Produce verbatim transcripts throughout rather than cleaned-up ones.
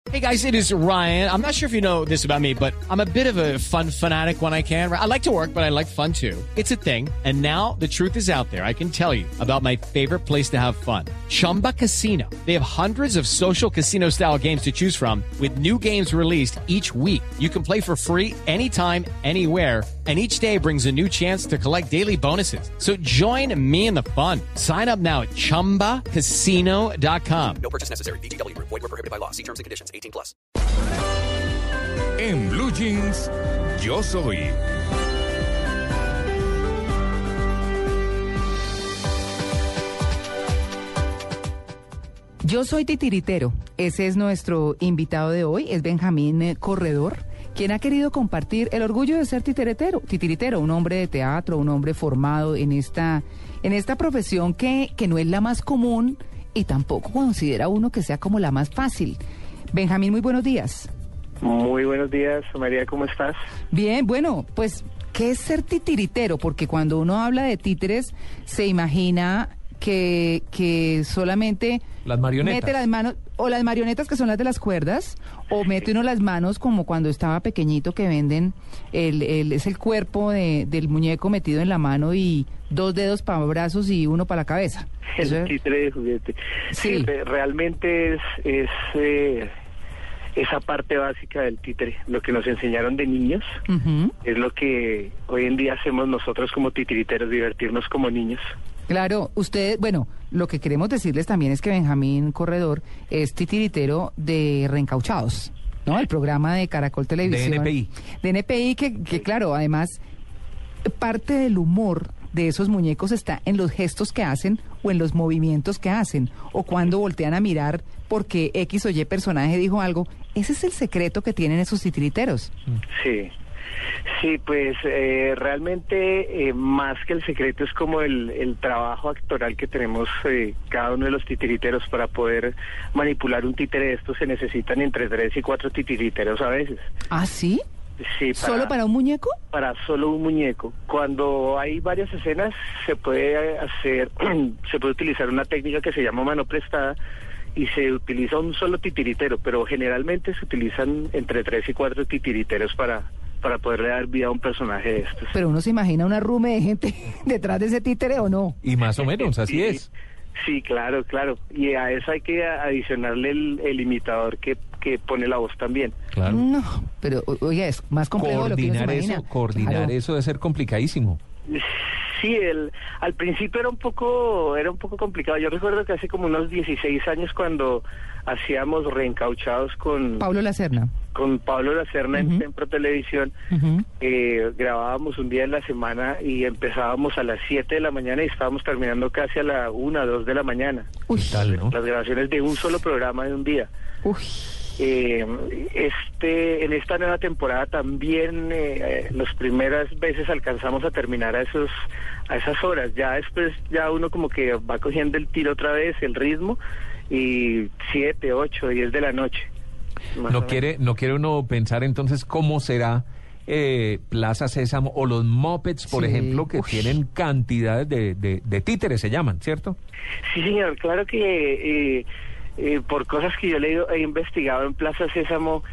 Hey guys, it is Ryan. I'm not sure if you know this about me, but I'm a bit of a fun fanatic when I can. I like to work, but I like fun too. It's a thing. And now the truth is out there. I can tell you about my favorite place to have fun. Chumba Casino. They have hundreds of social casino style games to choose from with new games released each week. You can play for free anytime, anywhere. And each day brings a new chance to collect daily bonuses. So join me in the fun. Sign up now at chumba casino dot com. No purchase necessary. V G W. Void where prohibited by law. See terms and conditions. eighteen plus. En Blue Jeans, yo soy. Yo soy titiritero. Ese es nuestro invitado de hoy, es Benjamín eh, Corredor, quien ha querido compartir el orgullo de ser titiritero, titiritero, un hombre de teatro, un hombre formado en esta, en esta profesión que, que no es la más común y tampoco considera uno que sea como la más fácil. Benjamín, muy buenos días. Muy buenos días, María, ¿cómo estás? Bien, bueno, pues, ¿qué es ser titiritero? Porque cuando uno habla de títeres, se imagina que, que solamente las marionetas. Mete las manos, o las marionetas que son las de las cuerdas, o mete uno las manos como cuando estaba pequeñito que venden, el, el es el cuerpo de, del muñeco metido en la mano y dos dedos para brazos y uno para la cabeza. El es... títere de juguete. Sí. Sí, realmente es... es eh... esa parte básica del títere, lo que nos enseñaron de niños, uh-huh. es lo que hoy en día hacemos nosotros como titiriteros, divertirnos como niños. Claro, ustedes, bueno, lo que queremos decirles también es que Benjamín Corredor es titiritero de Reencauchados, ¿no? El programa de Caracol Televisión. De N P I. De N P I, que, que claro, además, parte del humor de esos muñecos está en los gestos que hacen o en los movimientos que hacen o cuando voltean a mirar porque X o Y personaje dijo algo. Ese es el secreto que tienen esos titiriteros. Sí, sí, pues eh, realmente eh, más que el secreto es como el, el trabajo actoral que tenemos eh, cada uno de los titiriteros. Para poder manipular un títere de estos se necesitan entre tres y cuatro titiriteros a veces. ¿Ah, sí? Sí, para, ¿Solo para un muñeco? Para solo un muñeco. Cuando hay varias escenas se puede hacer, se puede utilizar una técnica que se llama mano prestada y se utiliza un solo titiritero, pero generalmente se utilizan entre tres y cuatro titiriteros para, para poderle dar vida a un personaje de estos. Pero uno se imagina una rume de gente detrás de ese títere, ¿o no? Y más o menos, así sí, es. Sí, claro, claro. Y a eso hay que adicionarle el, el imitador que, que pone la voz también. Claro. No, pero oiga, es más complejo de lo que uno se imagina. Eso, coordinar claro. eso debe ser complicadísimo. Sí, el, al principio era un poco era un poco complicado. Yo recuerdo que hace como unos dieciséis años cuando hacíamos Reencauchados con Pablo Lacerna. Con Pablo Lacerna uh-huh. en Tempro Televisión, uh-huh. eh, grabábamos un día en la semana y empezábamos a las siete de la mañana y estábamos terminando casi a la una, dos de la mañana. Uy. Tal, ¿no? Las grabaciones de un solo programa de un día. Uy. Eh, este en esta nueva temporada también eh, las primeras veces alcanzamos a terminar a esos a esas horas. Ya después ya uno como que va cogiendo el tiro otra vez, el ritmo, y siete, ocho, diez de la noche. No quiere no quiere uno pensar entonces cómo será eh, Plaza Sésamo o los Muppets, por sí. ejemplo, que Uy. tienen cantidades de, de, de títeres, se llaman, ¿cierto? Sí, señor, claro que eh, eh, por cosas que yo he leído, he investigado en Plaza Sésamo,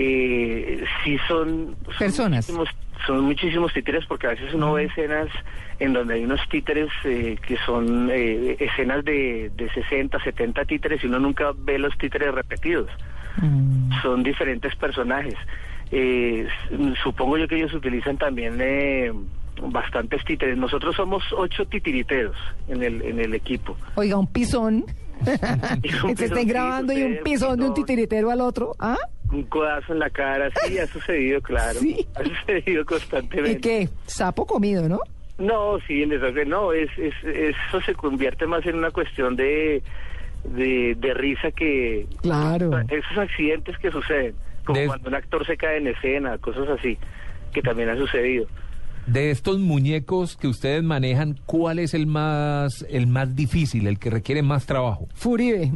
eh, sí son... son personas. Muchísimos, son muchísimos títeres, porque a veces uno mm. ve escenas en donde hay unos títeres eh, que son eh, escenas de, de sesenta, setenta títeres y uno nunca ve los títeres repetidos. Mm. Son diferentes personajes. Eh, supongo yo que ellos utilizan también eh, bastantes títeres. Nosotros somos ocho titiriteros en el en el equipo. Oiga, un pisón. Que se estén grabando y un pisón de un titiritero al otro. ¿Ah? Un codazo en la cara, sí, ha sucedido, claro. ¿Sí? Ha sucedido constantemente. ¿Y qué? Sapo comido, ¿no? No, sí, no, es, es, eso se convierte más en una cuestión de, de, de risa que... Claro. Esos accidentes que suceden, como de... cuando un actor se cae en escena, cosas así, que también ha sucedido. De estos muñecos que ustedes manejan, ¿cuál es el más el más difícil, el que requiere más trabajo? Furibe.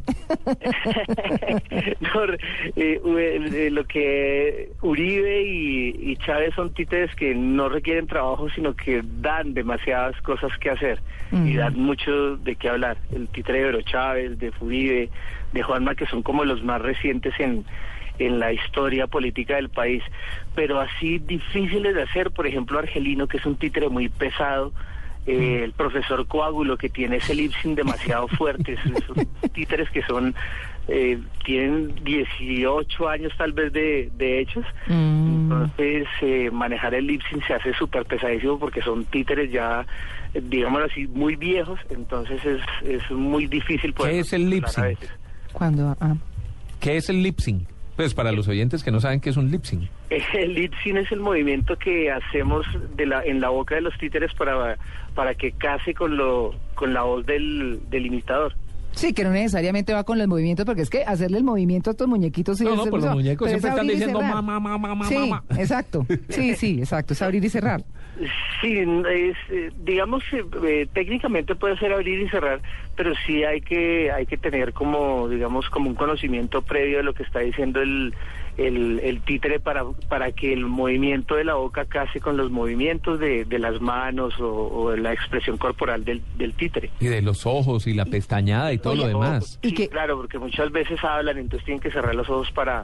no, eh, eh, lo que Uribe y, y Chávez son títeres que no requieren trabajo, sino que dan demasiadas cosas que hacer uh-huh. y dan mucho de qué hablar. El títere de Oro Chávez, de Furibe, de Juanma, que son como los más recientes en en la historia política del país, pero así difíciles de hacer, por ejemplo, Argelino, que es un títere muy pesado, eh, el profesor Coágulo, que tiene ese lip sync demasiado fuerte, esos títeres que son... Eh, tienen dieciocho años tal vez de, de hechos, mm. entonces eh, manejar el lip sync se hace súper pesadísimo porque son títeres ya, eh, digámoslo así, muy viejos, entonces es, es muy difícil poder... ¿Qué es el lip sync? ¿Cuándo? Ah. ¿Qué es el lip sync? Pues para los oyentes que no saben qué es un lip sync. El lip sync es el movimiento que hacemos de la, en la boca de los títeres para, para que case con, lo, con la voz del, del imitador. Sí, que no necesariamente va con los movimientos, porque es que hacerle el movimiento a estos muñequitos... Sí, no, no, es, pues los muñecos siempre están diciendo mamá, mamá, mamá, sí, mamá. exacto. Sí, sí, exacto, es abrir y cerrar. Sí, es, eh, digamos, eh, técnicamente puede ser abrir y cerrar, pero sí hay que hay que tener como, digamos, como un conocimiento previo de lo que está diciendo el, el, el títere para para que el movimiento de la boca case con los movimientos de, de las manos o, o de la expresión corporal del, del títere. Y de los ojos y la pestañada y todo Oye, lo demás. Sí, ¿Y que... claro, porque muchas veces hablan, entonces tienen que cerrar los ojos para...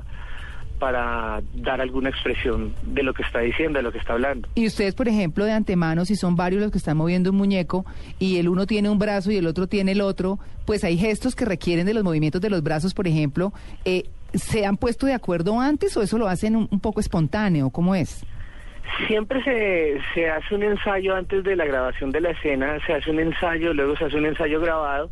para dar alguna expresión de lo que está diciendo, de lo que está hablando. Y ustedes, por ejemplo, de antemano, si son varios los que están moviendo un muñeco y el uno tiene un brazo y el otro tiene el otro, pues hay gestos que requieren de los movimientos de los brazos, por ejemplo. Eh, ¿Se han puesto de acuerdo antes o eso lo hacen un, un poco espontáneo? ¿Cómo es? Siempre se, se hace un ensayo antes de la grabación de la escena, se hace un ensayo, luego se hace un ensayo grabado,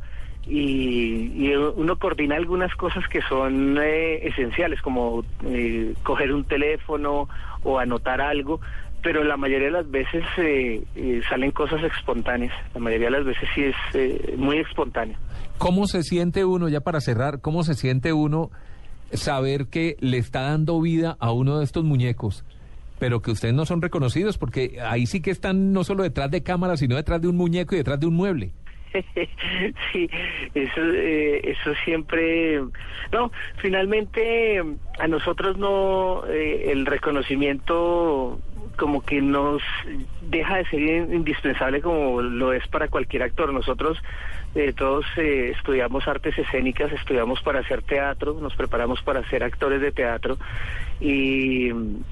Y, y uno coordina algunas cosas que son eh, esenciales, como eh, coger un teléfono o anotar algo, pero la mayoría de las veces eh, eh, salen cosas espontáneas, la mayoría de las veces sí es eh, muy espontáneo. ¿Cómo se siente uno, ya para cerrar, cómo se siente uno saber que le está dando vida a uno de estos muñecos, pero que ustedes no son reconocidos, porque ahí sí que están no solo detrás de cámaras, sino detrás de un muñeco y detrás de un mueble? Sí, eso, eh, eso siempre... No, finalmente a nosotros no, eh, el reconocimiento como que nos deja de ser indispensable como lo es para cualquier actor. Nosotros eh, todos eh, estudiamos artes escénicas, estudiamos para hacer teatro, nos preparamos para ser actores de teatro, y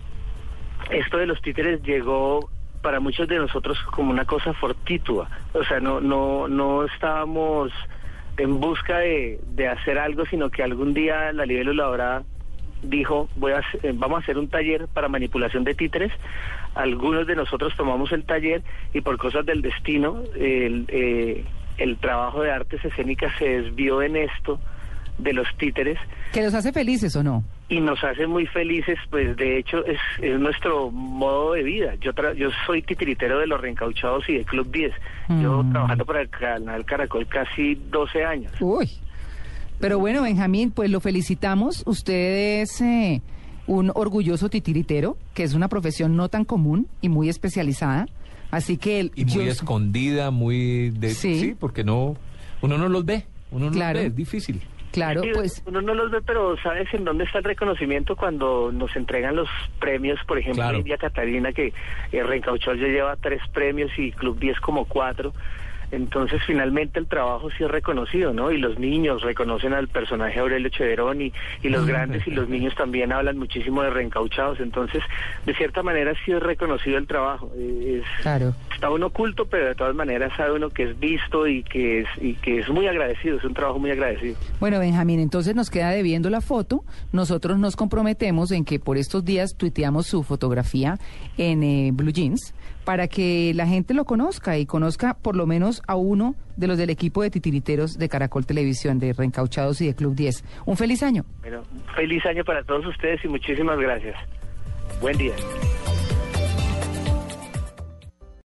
esto de los títeres llegó para muchos de nosotros como una cosa fortuita, o sea, no no no estábamos en busca de, de hacer algo, sino que algún día la Libélula Dorada dijo, voy a hacer, vamos a hacer un taller para manipulación de títeres. Algunos de nosotros tomamos el taller y por cosas del destino el, eh, el trabajo de artes escénicas se desvió en esto de los títeres. ¿Que los hace felices o no? Y nos hace muy felices, pues de hecho es, es nuestro modo de vida. Yo tra yo soy titiritero de Los Reencauchados y de Club diez. Mm. Yo trabajando para el canal Caracol casi doce años. Uy, pero bueno, Benjamín, pues lo felicitamos. Usted es eh, un orgulloso titiritero, que es una profesión no tan común y muy especializada. Así que... El, y muy yo... escondida, muy... De, sí. sí, porque no uno no los ve, uno no claro. los ve, es difícil. Claro, sí, pues... Uno no los ve, pero ¿sabes en dónde está el reconocimiento? Cuando nos entregan los premios, por ejemplo, claro. India Catarina, que eh, Reencauchados ya lleva tres premios y Club diez como cuatro. Entonces, finalmente el trabajo sí es reconocido, ¿no? Y los niños reconocen al personaje Aurelio Chederón y, y los grandes y los niños también hablan muchísimo de Reencauchados. Entonces, de cierta manera sí es reconocido el trabajo. Es, claro. Está uno oculto, pero de todas maneras sabe uno que es visto y que es y que es muy agradecido, es un trabajo muy agradecido. Bueno, Benjamín, entonces nos queda debiendo la foto. Nosotros nos comprometemos en que por estos días tuiteamos su fotografía en eh, Blue Jeans, para que la gente lo conozca y conozca por lo menos a uno de los del equipo de titiriteros de Caracol Televisión, de Reencauchados y de Club diez. Un feliz año. Bueno, feliz año para todos ustedes y muchísimas gracias. Buen día.